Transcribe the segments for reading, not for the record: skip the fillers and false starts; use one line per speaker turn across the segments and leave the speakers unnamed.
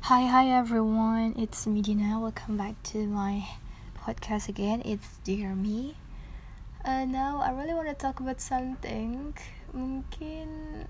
Hi everyone, it's Medina. Welcome back to my podcast again. It's Dear Me. Now I really want to talk about something. Mungkin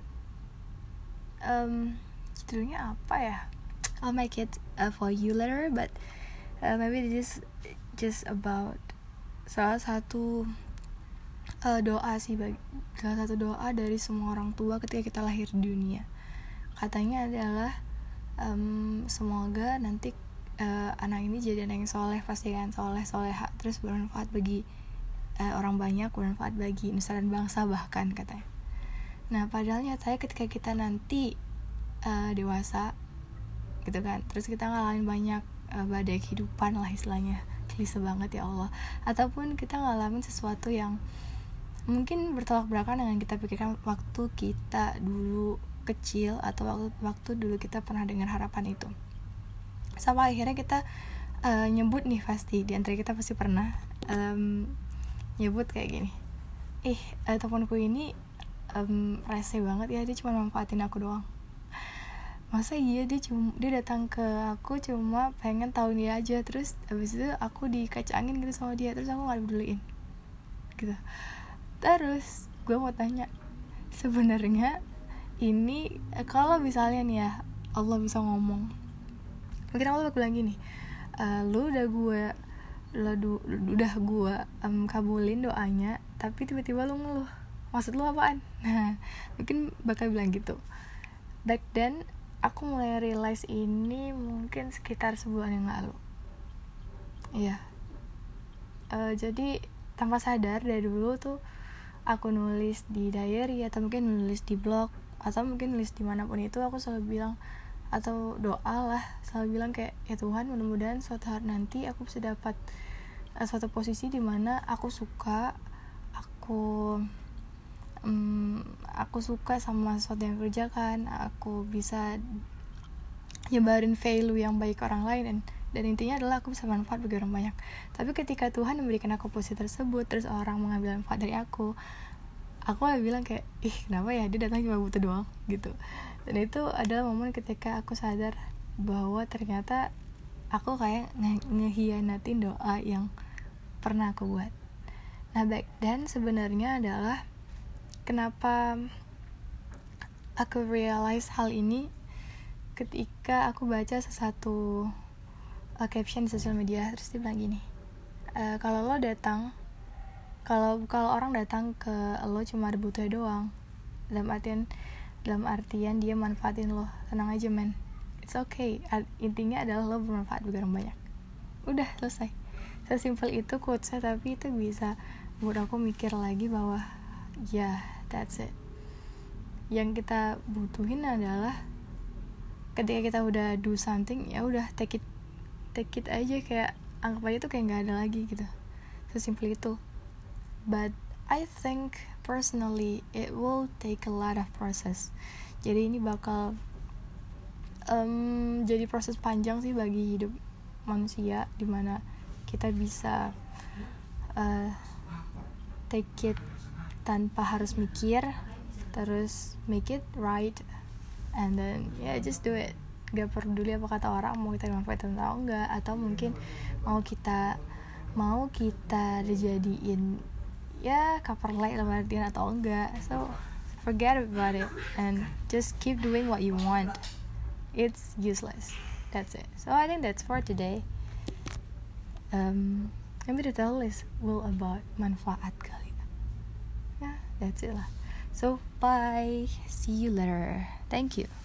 judulnya apa ya? I'll make it for you later, but maybe this is just about salah satu doa sih, salah satu doa dari semua orang tua ketika kita lahir di dunia. Katanya adalah semoga nanti anak ini jadi anak yang soleh, pasti kan soleha, terus bermanfaat bagi orang banyak, bermanfaat bagi nusa dan bangsa bahkan katanya. Nah padahal nyatanya ketika kita nanti dewasa gitu kan, terus kita ngalamin banyak badai kehidupan lah istilahnya, klise banget ya Allah, ataupun kita ngalamin sesuatu yang mungkin bertolak belakang dengan kita pikirkan waktu kita dulu kecil atau waktu dulu kita pernah dengar harapan itu, sampai akhirnya kita nyebut nih, pasti di antara kita pasti pernah nyebut kayak gini, temanku ini rese banget ya, dia cuma manfaatin aku doang. Masa iya dia datang ke aku cuma pengen tahu dia aja, terus abis itu aku dikacangin gitu sama dia, terus aku gak dipeduliin gitu. Terus gue mau tanya, sebenarnya ini kalau misalnya nih ya Allah bisa ngomong, mungkin Allah bilang gini, lu udah gue kabulin doanya, tapi tiba-tiba lu ngeluh, maksud lu apaan? Nah mungkin bakal bilang gitu. Back then aku mulai realize ini mungkin sekitar sebulan yang lalu. Iya. Jadi tanpa sadar dari dulu tuh aku nulis di diary atau mungkin nulis di blog atau mungkin nulis dimanapun itu, aku selalu bilang, atau doa lah, selalu bilang kayak, ya Tuhan, mudah-mudahan suatu hari nanti aku bisa dapat suatu posisi di mana aku suka sama sesuatu yang kerjakan, aku bisa nyebarin value yang baik ke orang lain, dan intinya adalah aku bisa manfaat bagi orang banyak. Tapi ketika Tuhan memberikan aku posisi tersebut, terus orang mengambil manfaat dari aku bilang kayak, kenapa ya dia datang cuma butuh doang gitu. Dan itu adalah momen ketika aku sadar bahwa ternyata aku kayak ngehianatin doa yang pernah aku buat. Nah back then sebenarnya adalah kenapa aku realize hal ini ketika aku baca sesuatu caption di sosial media, terus dia bilang gini, kalau orang datang ke lo cuma ada butuhnya doang, dalam artian dia manfaatin lo, tenang aja men, it's okay, intinya adalah lo bermanfaat bagi orang banyak. Udah selesai, sesimpel itu quotes-nya, tapi itu bisa buat aku mikir lagi bahwa that's it. Yang kita butuhin adalah ketika kita udah do something, ya udah take it aja, kayak anggap aja tuh kayak nggak ada lagi gitu, sesimpel itu. But I think personally it will take a lot of process. Jadi ini bakal jadi proses panjang sih bagi hidup manusia, dimana kita bisa take it tanpa harus mikir, terus make it right, and then just do it. Gak peduli apa kata orang, mau kita manfaatin atau enggak, atau mungkin mau kita dijadiin cover light dalam artian atau enggak. So forget about it and just keep doing what you want. It's useless. That's it. So I think that's for today. Maybe the title will about manfaat kali. That's it lah. So bye, see you later. Thank you.